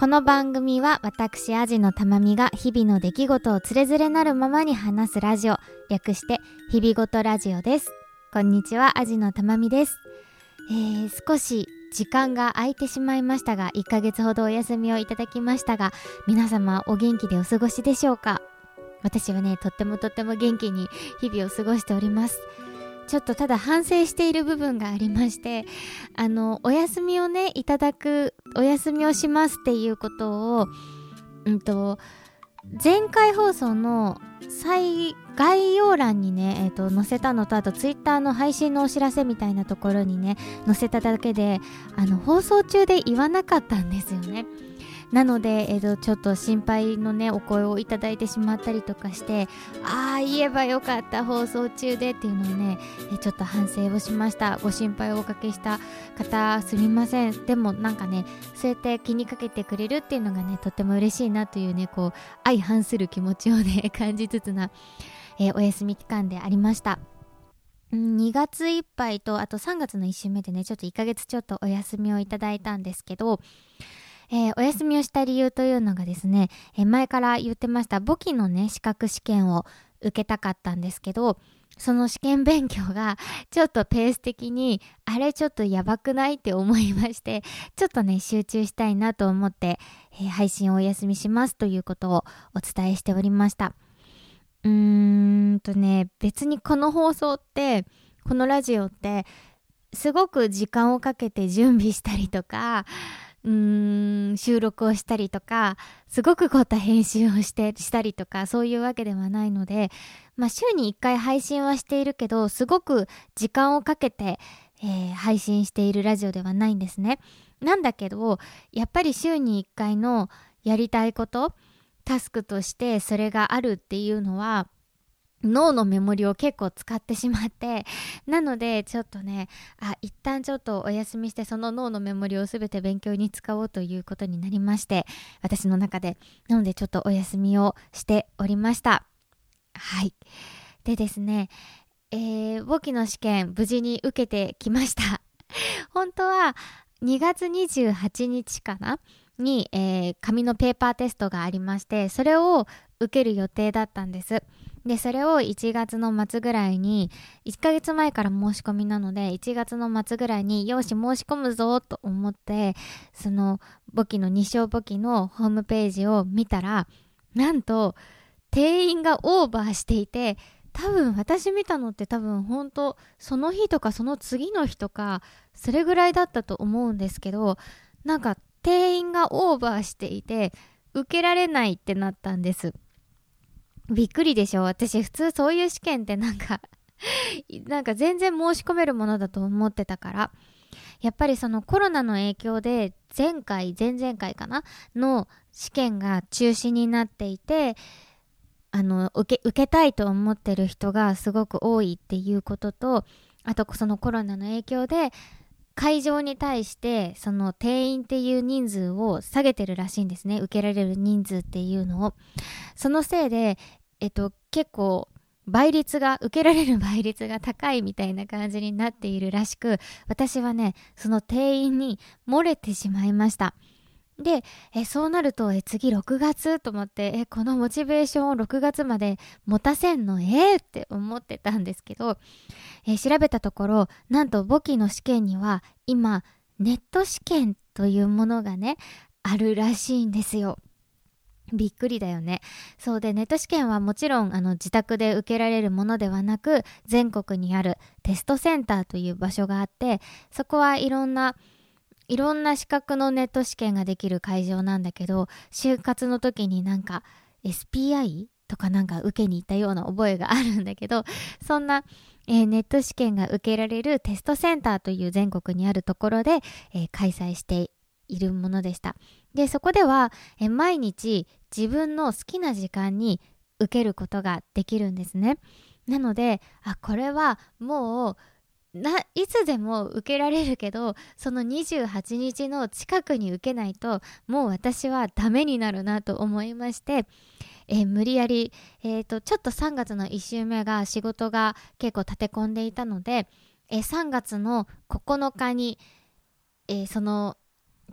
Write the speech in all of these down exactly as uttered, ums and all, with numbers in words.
この番組は私アジのたまみが日々の出来事をつれづれなるままに話すラジオ、略して日々ごとラジオです。こんにちは、アジのたまみです。えー、少し時間が空いてしまいましたが、いっかげつほどお休みをいただきましたが、皆様お元気でお過ごしでしょうか。私はね、とってもとっても元気に日々を過ごしております。ちょっとただ反省している部分がありまして、あのお休みをねいただく、お休みをしますっていうことを、うんと前回放送の最概要欄にね、えーと載せたのと、あとツイッターの配信のお知らせみたいなところにね載せただけで、あの放送中で言わなかったんですよね。なので、えーと、ちょっと心配のねお声をいただいてしまったりとかして、ああ言えばよかった放送中でっていうのをね、えー、ちょっと反省をしました。ご心配をおかけした方すみません。でもなんかね、そうやって気にかけてくれるっていうのがねとっても嬉しいなというね、こう相反する気持ちをね感じつつな、えー、お休み期間でありました。にがついっぱいと、あとさんがつのいっ週目でね、ちょっといっかげつちょっとお休みをいただいたんですけど、えー、お休みをした理由というのがですね、えー、前から言ってました簿記のね資格試験を受けたかったんですけど、その試験勉強がちょっとペース的にあれちょっとやばくないって思いまして、ちょっとね集中したいなと思って、えー、配信をお休みしますということをお伝えしておりました。うーんとね、別にこの放送って、このラジオってすごく時間をかけて準備したりとか、うーん収録をしたりとか、すごく凝った編集をしてしたりとか、そういうわけではないので、まあ週にいっかい配信はしているけど、すごく時間をかけて、えー、配信しているラジオではないんですね。なんだけど、やっぱり週にいっかいのやりたいこと、タスクとしてそれがあるっていうのは、脳のメモリを結構使ってしまって、なのでちょっとね、あ一旦ちょっとお休みして、その脳のメモリをすべて勉強に使おうということになりまして、私の中で。なのでちょっとお休みをしておりました。はい。でですね、えー、簿記の試験無事に受けてきました。本当はにがつにじゅうはちにちかなに、えー、紙のペーパーテストがありまして、それを受ける予定だったんです。で、それをいちがつの末ぐらいに、いっかげつまえから申し込みなので、いちがつの末ぐらいに、よし申し込むぞと思って、その簿記のに小簿記のホームページを見たら、なんと定員がオーバーしていて、多分私見たのって多分本当その日とかその次の日とかそれぐらいだったと思うんですけど、なんか定員がオーバーしていて受けられないってなったんです。びっくりでしょ。私普通そういう試験ってなんかなんか全然申し込めるものだと思ってたから、やっぱりそのコロナの影響で前回前々回かなの試験が中止になっていて、あの受け、受けたいと思ってる人がすごく多いっていうことと、あとそのコロナの影響で会場に対してその定員っていう人数を下げてるらしいんですね。受けられる人数っていうのを。そのせいで、えっと、結構倍率が、受けられる倍率が高いみたいな感じになっているらしく、私はね、その定員に漏れてしまいました。で、えそうなるとえ次ろくがつと思って、えこのモチベーションをろくがつまで持たせんのえー、って思ってたんですけど、え調べたところ、なんと簿記の試験には今ネット試験というものがねあるらしいんですよ。びっくりだよね。そうで、ネット試験はもちろんあの自宅で受けられるものではなく、全国にあるテストセンターという場所があって、そこはいろんないろんな資格のネット試験ができる会場なんだけど、就活の時になんか エスピーアイ とかなんか受けに行ったような覚えがあるんだけど、そんな、えー、ネット試験が受けられるテストセンターという全国にあるところで、えー、開催しているものでした。で、そこでは、えー、毎日自分の好きな時間に受けることができるんですね。なので、あ、これはもうないつでも受けられるけど、そのにじゅうはちにちの近くに受けないともう私はダメになるなと思いまして、えー、無理やり、えーと、ちょっとさんがつのいっ週目が仕事が結構立て込んでいたので、えー、さんがつのここのかに、えー、その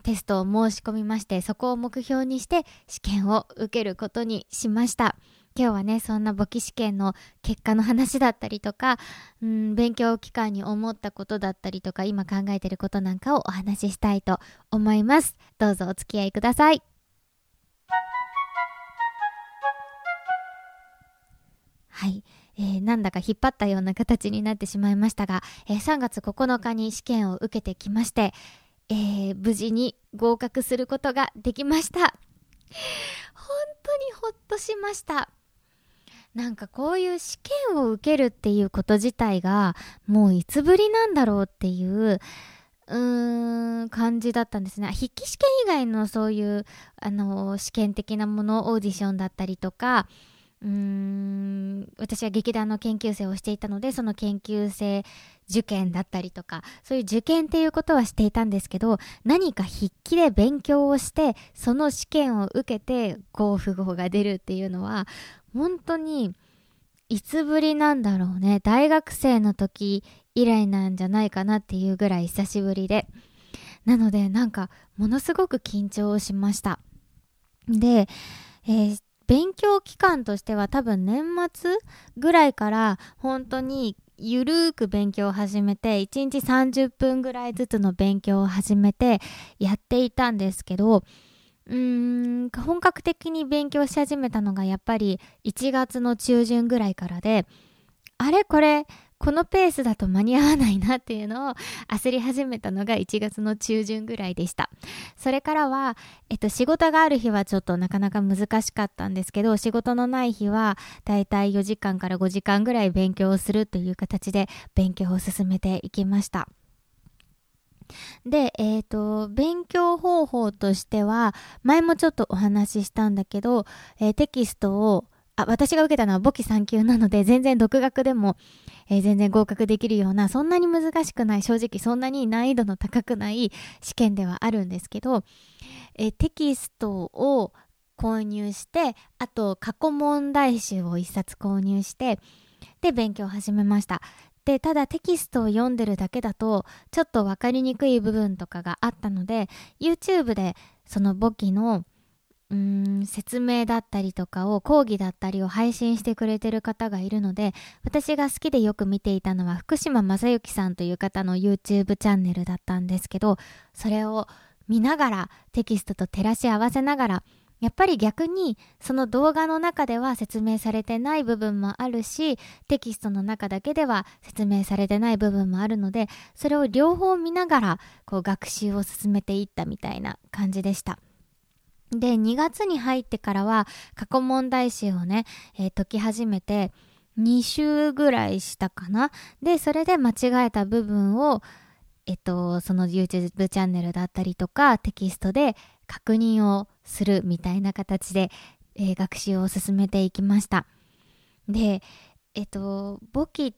テストを申し込みまして、そこを目標にして試験を受けることにしました。今日はね、そんな簿記試験の結果の話だったりとか、うん、勉強期間に思ったことだったりとか、今考えていることなんかをお話ししたいと思います。どうぞお付き合いください。はい、えー、なんだか引っ張ったような形になってしまいましたが、えー、さんがつここのかに試験を受けてきまして、えー、無事に合格することができました。本当にほっとしました。なんかこういう試験を受けるっていうこと自体がもういつぶりなんだろうっていううーん感じだったんですね。筆記試験以外のそういうあの試験的なもの、オーディションだったりとか、うーん私は劇団の研究生をしていたので、その研究生受験だったりとか、そういう受験っていうことはしていたんですけど、何か筆記で勉強をしてその試験を受けて合不合が出るっていうのは本当にいつぶりなんだろうね。大学生の時以来なんじゃないかなっていうぐらい久しぶりで、なのでなんかものすごく緊張しました。で、えー、勉強期間としては多分年末ぐらいから本当にゆるーく勉強を始めて、いちにちさんじゅっぷんぐらいずつの勉強を始めてやっていたんですけど、うーん本格的に勉強し始めたのがやっぱりいちがつの中旬ぐらいからで、あれこれこのペースだと間に合わないなっていうのを焦り始めたのがいちがつの中旬ぐらいでした。それからは、えっと、仕事がある日はちょっとなかなか難しかったんですけど、仕事のない日はだいたいよじかんからごじかんぐらい勉強をするという形で勉強を進めていきました。で、えっと、勉強方法としては、前もちょっとお話ししたんだけど、えー、テキストを、あ、私が受けたのは簿記さんきゅうなので、全然独学でも、えー、全然合格できるような、そんなに難しくない、正直そんなに難易度の高くない試験ではあるんですけど、えー、テキストを購入して、あと過去問題集を一冊購入して、で、勉強を始めました。で、ただテキストを読んでるだけだとちょっと分かりにくい部分とかがあったので、 YouTube でその簿記のうーん説明だったりとかを、講義だったりを配信してくれてる方がいるので、私が好きでよく見ていたのは福島正幸さんという方の YouTube チャンネルだったんですけど、それを見ながらテキストと照らし合わせながら、やっぱり逆にその動画の中では説明されてない部分もあるし、テキストの中だけでは説明されてない部分もあるので、それを両方見ながらこう学習を進めていったみたいな感じでした。で、にがつに入ってからは過去問題集をね、えー、解き始めてに週ぐらいしたかな。で、それで間違えた部分をえっと、その YouTube チャンネルだったりとかテキストで確認をするみたいな形で、えー、学習を進めていきました。で、えっと、簿記って、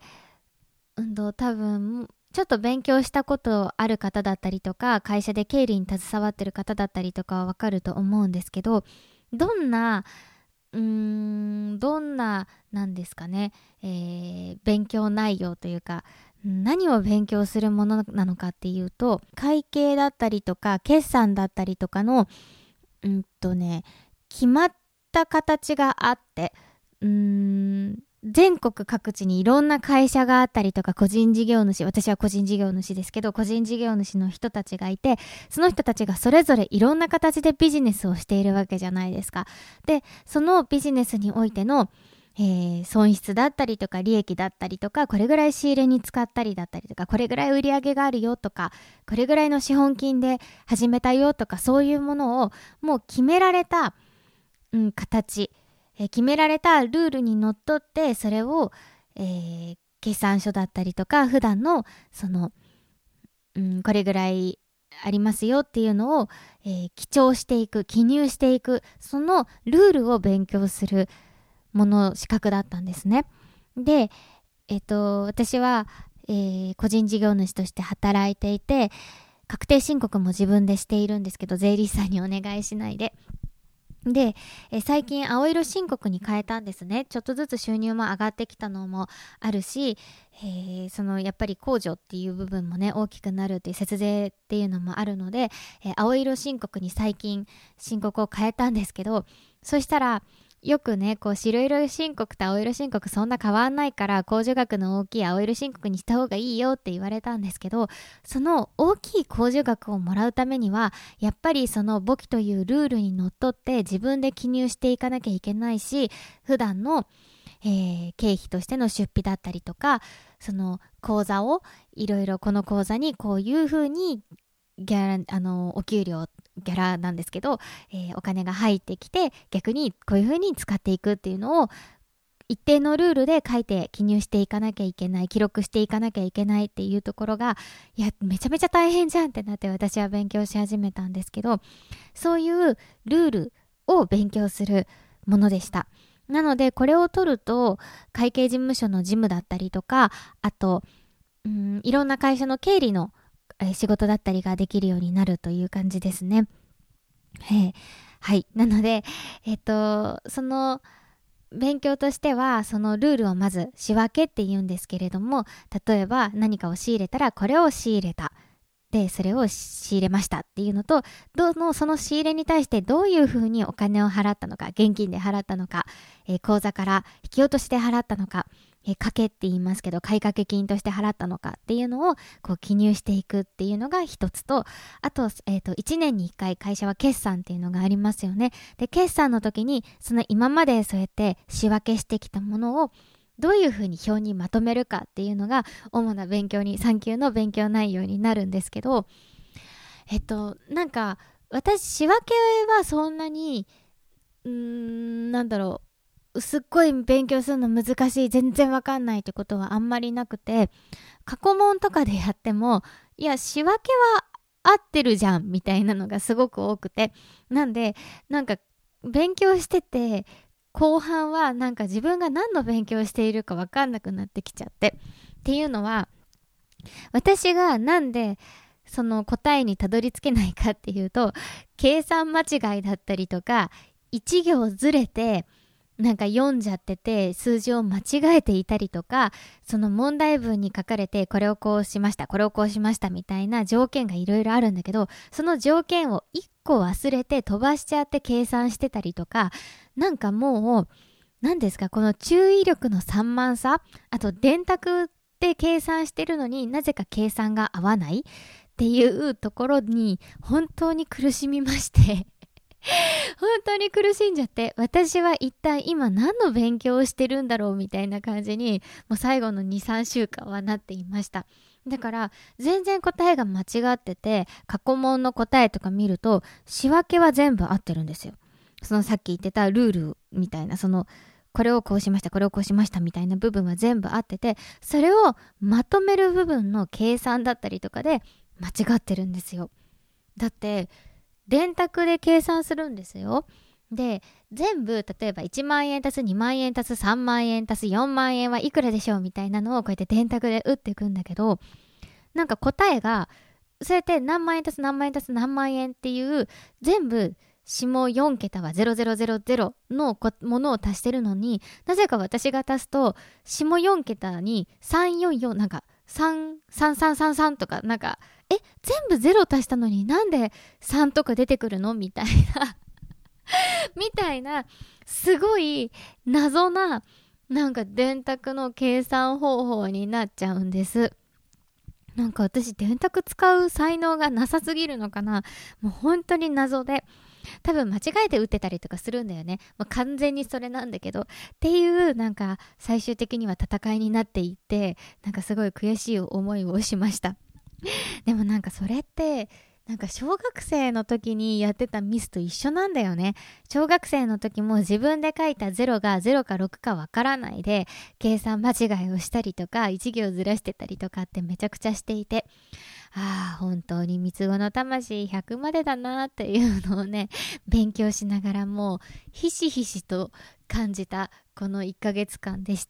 うんと、多分ちょっと勉強したことある方だったりとか、会社で経理に携わってる方だったりとかはわかると思うんですけど、どんなうーんどんななんですかね、えー、勉強内容というか、何を勉強するものなのかっていうと、会計だったりとか決算だったりとかのうんとね決まった形があって、うーん全国各地にいろんな会社があったりとか、個人事業主、私は個人事業主ですけど、個人事業主の人たちがいて、その人たちがそれぞれいろんな形でビジネスをしているわけじゃないですか。で、そのビジネスにおいてのえー、損失だったりとか利益だったりとか、これぐらい仕入れに使ったりだったりとか、これぐらい売り上げがあるよとか、これぐらいの資本金で始めたよとか、そういうものをもう決められた、うん、形、えー、決められたルールにのっとって、それを、えー、決算書だったりとか普段のその、うん、これぐらいありますよっていうのを、えー、記帳していく、記入していく、そのルールを勉強するもの資格だったんですね。で、えっと、私は、えー、個人事業主として働いていて、確定申告も自分でしているんですけど、税理士さんにお願いしないで。 で、え最近青色申告に変えたんですね。ちょっとずつ収入も上がってきたのもあるし、えーそのやっぱり控除っていう部分もね大きくなるっていう節税っていうのもあるので、えー青色申告に最近申告を変えたんですけど、そしたらよくねこう白色申告と青色申告そんな変わんないから控除額の大きい青色申告にした方がいいよって言われたんですけど、その大きい控除額をもらうためにはやっぱりその簿記というルールにのっとって自分で記入していかなきゃいけないし、普段の、えー経費としての出費だったりとか、その口座をいろいろこの口座にこういうふうにギャラあのお給料ギャラなんですけど、えーお金が入ってきて逆にこういうふうに使っていくっていうのを一定のルールで書いて記入していかなきゃいけない、記録していかなきゃいけないっていうところが、いやめちゃめちゃ大変じゃんってなって私は勉強し始めたんですけど、そういうルールを勉強するものでした。なのでこれを取ると会計事務所の事務だったりとか、あとうんいろんな会社の経理のえー仕事だったりができるようになるという感じですね。えーはい。なので、えっと、その勉強としては、そのルールをまず仕分けって言うんですけれども、例えば何かを仕入れたらこれを仕入れた。で、それを仕入れましたっていうのと、どの、その仕入れに対してどういうふうにお金を払ったのか、現金で払ったのか、えー口座から引き落としで払ったのか、えー、掛けって言いますけど、買掛金として払ったのかっていうのをこう記入していくっていうのが一つと、あと、えっと、いちねんにいっかい会社は決算っていうのがありますよね。で、決算の時に、その今までそうやって仕分けしてきたものをどういうふうに表にまとめるかっていうのが主な勉強に、さん級の勉強内容になるんですけど、えっと、なんか、私、仕分けはそんなに、うーん、なんだろう、すっごい勉強するの難しい、全然わかんないってことはあんまりなくて、過去問とかでやっても、いや、仕分けは合ってるじゃん、みたいなのがすごく多くて、なんで、なんか、勉強してて、後半はなんか自分が何の勉強をしているか分かんなくなってきちゃって、っていうのは私がなんでその答えにたどり着けないかっていうと、計算間違いだったりとか一行ずれてなんか読んじゃってて数字を間違えていたりとか、その問題文に書かれてこれをこうしましたこれをこうしましたみたいな条件がいろいろあるんだけど、その条件をいっこ忘れて飛ばしちゃって計算してたりとか、なんかもう何ですか、この注意力の散漫さ、あと電卓で計算してるのになぜか計算が合わないっていうところに本当に苦しみまして本当に苦しんじゃって、私は一体今何の勉強をしてるんだろうみたいな感じにもう最後の にさんしゅうかんはなっていました。だから全然答えが間違ってて、過去問の答えとか見ると仕分けは全部合ってるんですよ。そのさっき言ってたルールみたいな、そのこれをこうしましたこれをこうしましたみたいな部分は全部合ってて、それをまとめる部分の計算だったりとかで間違ってるんですよ。だって電卓で計算するんですよ。で、全部例えばいちまんえん足すにまんえん足すさんまんえん足すよんまんえんはいくらでしょうみたいなのをこうやって電卓で打っていくんだけど、なんか答えがそうやって何万円足す何万円足す何万円っていう全部下よん桁はゼロゼロゼロゼロのものを足してるのに、なぜか私が足すと下よん桁にさんよんよんなんかさんさんさんさんさんとか、なんかえ全部ゼロ足したのになんでさんとか出てくるのみたいなみたいなすごい謎ななんか電卓の計算方法になっちゃうんです。なんか私電卓使う才能がなさすぎるのかな、もう本当に謎で、多分間違えて打ってたりとかするんだよね、まあ、完全にそれなんだけどっていうなんか最終的には戦いになっていって、なんかすごい悔しい思いをしました。でもなんかそれってなんか小学生の時にやってたミスと一緒なんだよね。小学生の時も自分で書いたゼロがゼロかろくかわからないで計算間違いをしたりとかいち行ずらしてたりとかってめちゃくちゃしていて、ああ本当に三つ子の魂ひゃくまでだなっていうのをね勉強しながらもうひしひしと感じたこのいっかげつかんでした。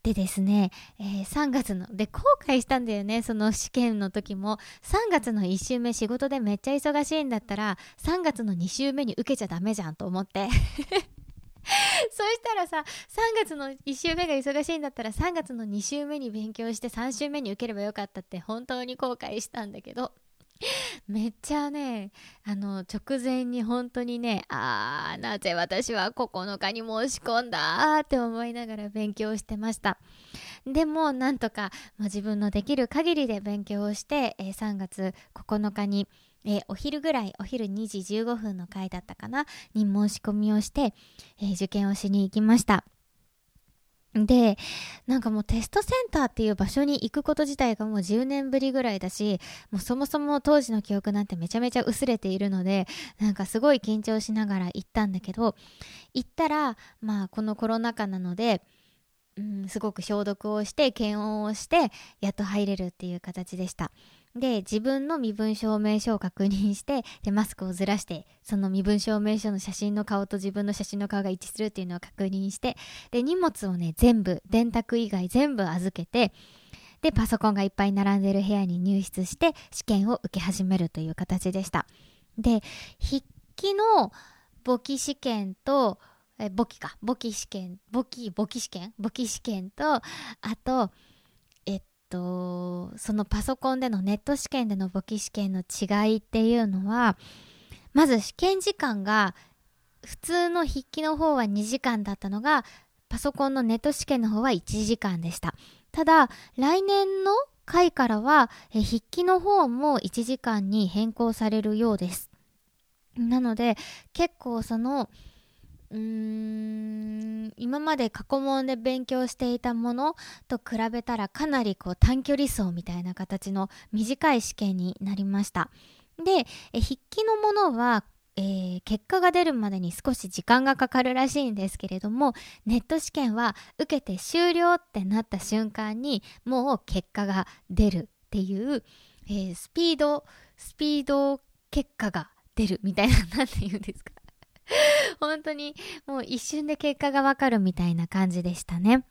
でですね、えー、さんがつので後悔したんだよね。その試験の時もさんがつのいち週目仕事でめっちゃ忙しいんだったらさんがつのに週目に受けちゃダメじゃんと思ってそうしたらさ、さんがつのいち週目が忙しいんだったらさんがつのに週目に勉強してさん週目に受ければよかったって本当に後悔したんだけど、めっちゃね、あの直前に本当にね、あーなぜ私はここのかに申し込んだって思いながら勉強してました。でもなんとか、まあ、自分のできる限りで勉強をして、えー、さんがつここのかに、えー、お昼ぐらい、お昼にじじゅうごふんの回だったかなに申し込みをして、えー、受験をしに行きました。で、なんかもうテストセンターっていう場所に行くこと自体がもうじゅうねんぶりぐらいだし、もうそもそも当時の記憶なんてめちゃめちゃ薄れているので、なんかすごい緊張しながら行ったんだけど、行ったら、まあこのコロナ禍なので、うん、すごく消毒をして検温をしてやっと入れるっていう形でした。で、自分の身分証明書を確認して、でマスクをずらしてその身分証明書の写真の顔と自分の写真の顔が一致するっていうのを確認して、で荷物をね全部電卓以外全部預けて、でパソコンがいっぱい並んでる部屋に入室して試験を受け始めるという形でした。で、筆記の簿記試験とえ簿記か簿記試験簿記簿記試験簿記試験と、あとえっとそのパソコンでのネット試験での簿記試験の違いっていうのは、まず試験時間が普通の筆記の方はにじかんだったのが、パソコンのネット試験の方はいちじかんでした。ただ来年の回からはえ筆記の方もいちじかんに変更されるようです。なので結構そのうーん今まで過去問で勉強していたものと比べたらかなりこう短距離走みたいな形の短い試験になりました。で、え筆記のものは、えー結果が出るまでに少し時間がかかるらしいんですけれども、ネット試験は受けて終了ってなった瞬間にもう結果が出るっていう、えースピードスピード結果が出るみたいな、なんて言うんですか本当にもう一瞬で結果がわかるみたいな感じでしたね。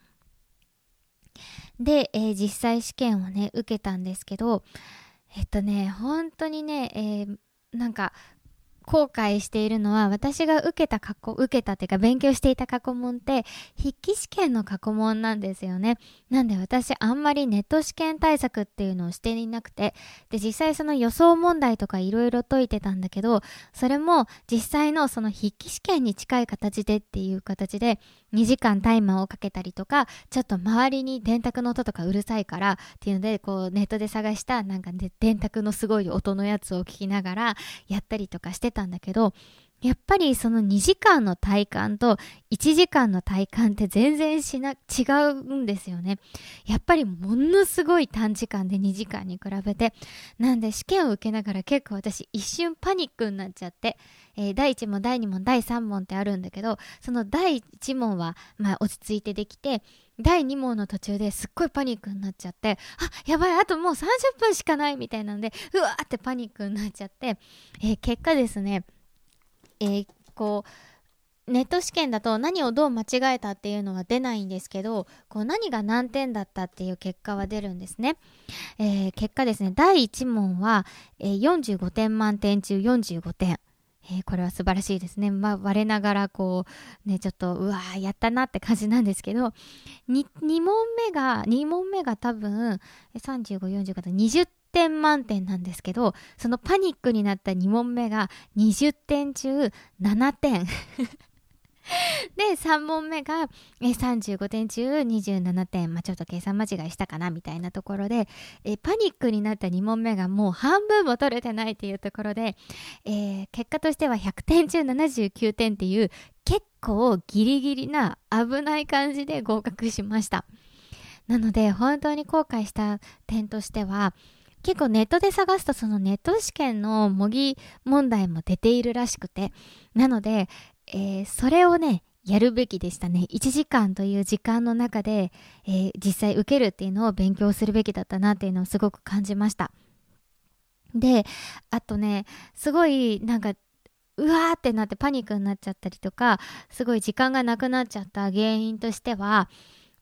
で、えー実際試験をね受けたんですけど、えっとね本当にね、えーなんか後悔しているのは、私が受けた過去受けたっていうか勉強していた過去問って筆記試験の過去問なんですよね。なんで私あんまりネット試験対策っていうのをしていなくて、で実際その予想問題とかいろいろ解いてたんだけど、それも実際のその筆記試験に近い形でっていう形でにじかんタイマーをかけたりとか、ちょっと周りに電卓の音とかうるさいからっていうので、こうネットで探したなんか、ね、電卓のすごい音のやつを聞きながらやったりとかしてたんだけど、やっぱりそのにじかんの体感といちじかんの体感って全然しな違うんですよね。やっぱりものすごい短時間でにじかんに比べて、なんで試験を受けながら結構私一瞬パニックになっちゃって、えー、だいいち問だいに問だいさん問ってあるんだけど、そのだいいち問はまあ落ち着いてできて、だいに問の途中ですっごいパニックになっちゃって、あ、やばい、あともうさんじゅっぷんしかないみたいなので、うわーってパニックになっちゃって、えー、結果ですね、えー、こうネット試験だと何をどう間違えたっていうのは出ないんですけど、こう何が何点だったっていう結果は出るんですね。えー、結果ですね、だいいち問は、えー、よんじゅうごてん満点中よんじゅうごてん、えー、これは素晴らしいですね。まあ、我ながらこうねちょっとうわーやったなって感じなんですけど、 2, 2問目が2問目が多分さんじゅうご、よんじゅうごとにじゅってん満点なんですけど、そのパニックになったに問目がにじゅってん中ななてんでさん問目がえさんじゅうごてん中にじゅうななてん、まあ、ちょっと計算間違いしたかなみたいなところで、えパニックになったに問目がもう半分も取れてないっていうところで、えー、結果としてはひゃくてん中ななじゅうきゅうてんっていう結構ギリギリな危ない感じで合格しました。なので本当に後悔した点としては、結構ネットで探すとそのネット試験の模擬問題も出ているらしくて、なのでえー、それをねやるべきでしたね。いちじかんという時間の中で、えー、実際受けるっていうのを勉強するべきだったなっていうのをすごく感じました。で、あとねすごいなんかうわーってなってパニックになっちゃったりとか、すごい時間がなくなっちゃった原因としては、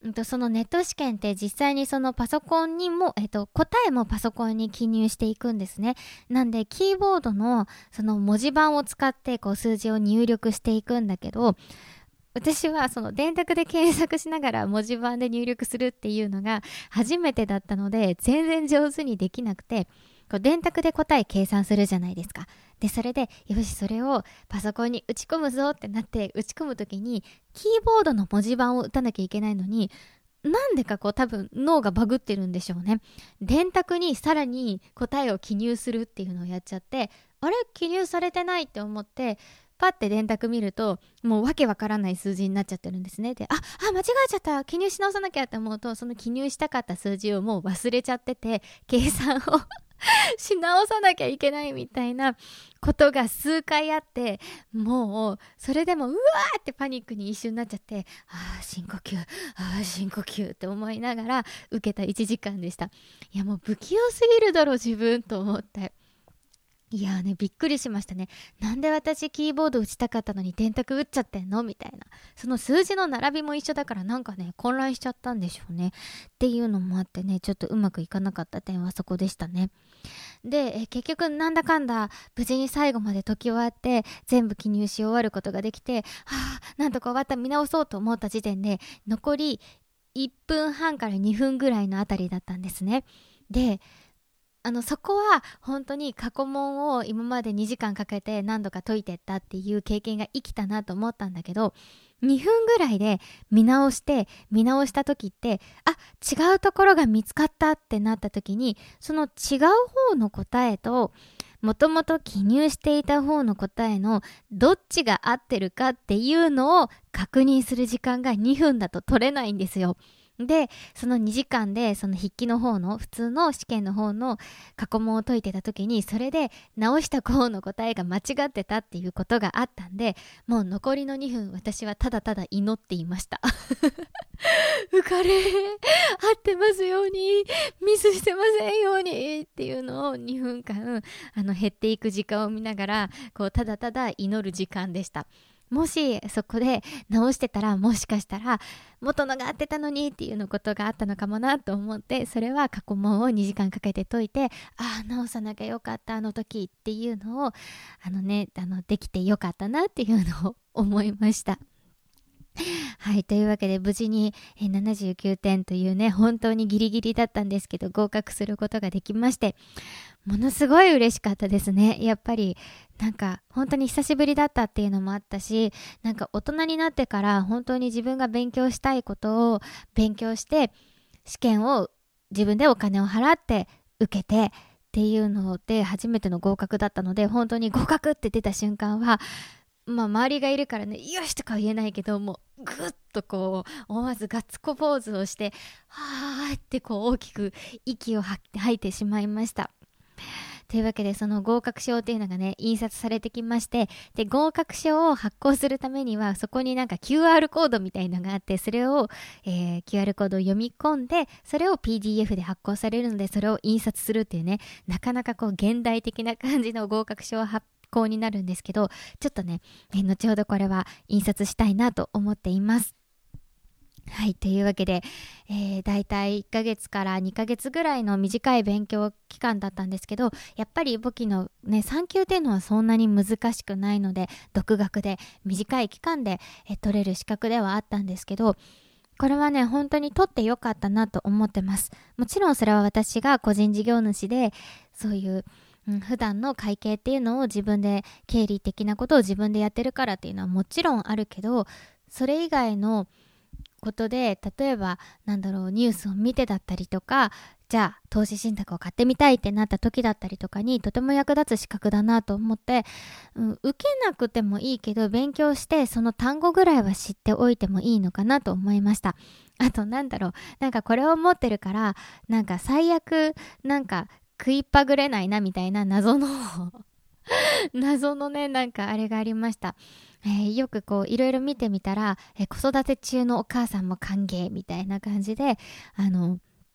うんとそのネット試験って実際にそのパソコンにも、えっと、答えもパソコンに記入していくんですね。なんでキーボードのその文字盤を使ってこう数字を入力していくんだけど、私はその電卓で検索しながら文字盤で入力するっていうのが初めてだったので、全然上手にできなくて、こう電卓で答え計算するじゃないですか。でそれでよしそれをパソコンに打ち込むぞってなって打ち込むときにキーボードの文字盤を打たなきゃいけないのに、なんでかこう多分脳がバグってるんでしょうね。電卓にさらに答えを記入するっていうのをやっちゃって、あれ記入されてないって思ってパッて電卓見るともうわけわからない数字になっちゃってるんですね。で、あ、あ間違えちゃった、記入し直さなきゃって思うと、その記入したかった数字をもう忘れちゃってて計算をし直さなきゃいけないみたいなことが数回あって、もうそれでもうわーってパニックに一瞬なっちゃって、あー深呼吸、あー深呼吸って思いながら受けたいちじかんでした。いやもう不器用すぎるだろ自分と思って、いやーねびっくりしましたね。なんで私キーボード打ちたかったのに電卓打っちゃってんのみたいな。その数字の並びも一緒だからなんかね混乱しちゃったんでしょうねっていうのもあってね、ちょっとうまくいかなかった点はそこでしたね。でえ結局なんだかんだ無事に最後まで解き終わって全部記入し終わることができて、はあなんとか終わった、見直そうと思った時点で残りいっぷんはんからにふんぐらいのあたりだったんですね。であのそこは本当に過去問を今までにじかんかけて何度か解いてったっていう経験が生きたなと思ったんだけど、にふんぐらいで見直して見直した時って、あ違うところが見つかったってなった時に、その違う方の答えともともと記入していた方の答えのどっちが合ってるかっていうのを確認する時間がにふんだと取れないんですよ。でそのにじかんでその筆記の方の普通の試験の方の過去問を解いてた時に、それで直した方の答えが間違ってたっていうことがあったんで、もう残りのにふん私はただただ祈っていました浮かれ合ってますように、ミスしてませんようにっていうのをにふんかんあの減っていく時間を見ながらこうただただ祈る時間でした。もしそこで直してたら、もしかしたら元のが合ってたのにっていうのことがあったのかもなと思って、それは過去問をにじかんかけて解いて、ああ直さなきゃよかったあの時っていうのをあのねあのできてよかったなっていうのを思いました。はい、というわけで無事にななじゅうきゅうてんというね本当にギリギリだったんですけど合格することができまして、ものすごい嬉しかったですね。やっぱりなんか本当に久しぶりだったっていうのもあったし、なんか大人になってから本当に自分が勉強したいことを勉強して試験を自分でお金を払って受けてっていうので初めての合格だったので、本当に合格って出た瞬間はまあ周りがいるからねよしとか言えないけど、もうぐっとこう思わずガッツポーズをしてはーってこう大きく息を吐いて吐いてしまいました。というわけでその合格証っていうのがね印刷されてきまして、で合格証を発行するためにはそこになんか キューアール コードみたいのがあって、それを、えー、キューアール コードを読み込んでそれを ピーディーエフ で発行されるので、それを印刷するっていうね、なかなかこう現代的な感じの合格証発行になるんですけど、ちょっとね、えー、後ほどこれは印刷したいなと思っています。はい、というわけで、えー、だいたいいっかげつからにかげつぐらいの短い勉強期間だったんですけど、やっぱり簿記のねさん級っていうのはそんなに難しくないので、独学で短い期間で、えー、取れる資格ではあったんですけど、これはね本当に取ってよかったなと思ってます。もちろんそれは私が個人事業主でそういううん、普段の会計っていうのを自分で経理的なことを自分でやってるからっていうのはもちろんあるけど、それ以外のことで例えばなんだろうニュースを見てだったりとか、じゃあ投資信託を買ってみたいってなった時だったりとかにとても役立つ資格だなと思って、うん、受けなくてもいいけど勉強してその単語ぐらいは知っておいてもいいのかなと思いました。あとなんだろうなんかこれを持ってるからなんか最悪なんか食いっぱぐれないなみたいな謎の謎のねなんかあれがありました。えー、よくこういろいろ見てみたら、えー、子育て中のお母さんも歓迎みたいな感じであの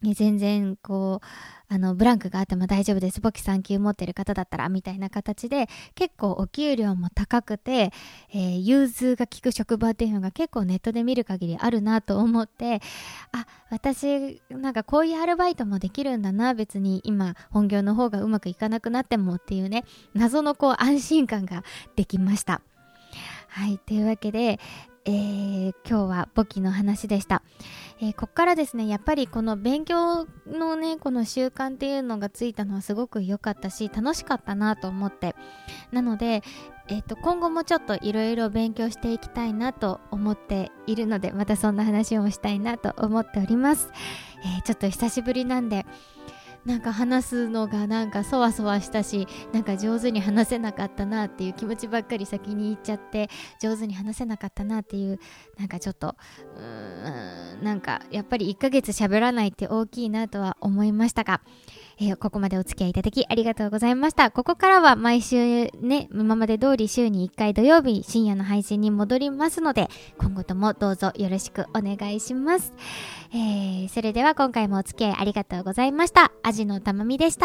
全然こうあのブランクがあっても大丈夫です、簿記さん級持ってる方だったらみたいな形で、結構お給料も高くて、えー、融通が利く職場っていうのが結構ネットで見る限りあるなと思って、あ、私なんかこういうアルバイトもできるんだな、別に今本業の方がうまくいかなくなってもっていうね、謎のこう安心感ができました。はい、というわけで、えー、今日は簿記の話でした。えー、こっからですね、やっぱりこの勉強のね、この習慣っていうのがついたのはすごく良かったし、楽しかったなと思って、なので、えーと、今後もちょっといろいろ勉強していきたいなと思っているので、またそんな話をしたいなと思っております。えー、ちょっと久しぶりなんで、なんか話すのがなんかそわそわしたし、なんか上手に話せなかったなっていう気持ちばっかり先に言っちゃって、上手に話せなかったなっていう、なんかちょっとうーんなんかやっぱりいっかげつ喋らないって大きいなとは思いましたが、えー、ここまでお付き合いいただきありがとうございました。ここからは毎週ね、今まで通り週にいっかい土曜日深夜の配信に戻りますので、今後ともどうぞよろしくお願いします。えー、それでは今回もお付き合いありがとうございました。アジのたまみでした。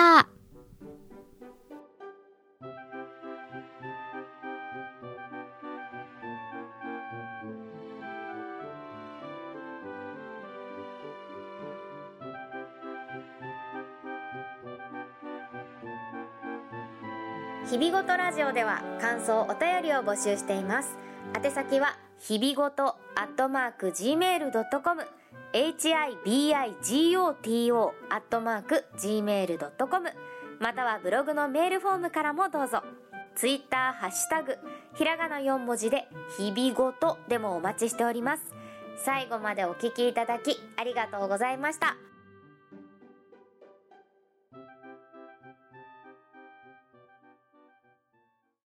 日々ごとラジオでは感想お便りを募集しています。宛先は日々ごとアットマーク ジーメールドットコム ヒビゴト アットマーク ジーメールドットコム またはブログのメールフォームからもどうぞ。ツイッターハッシュタグひらがなよん文字で日々ごとでもお待ちしております。最後までお聞きいただきありがとうございました。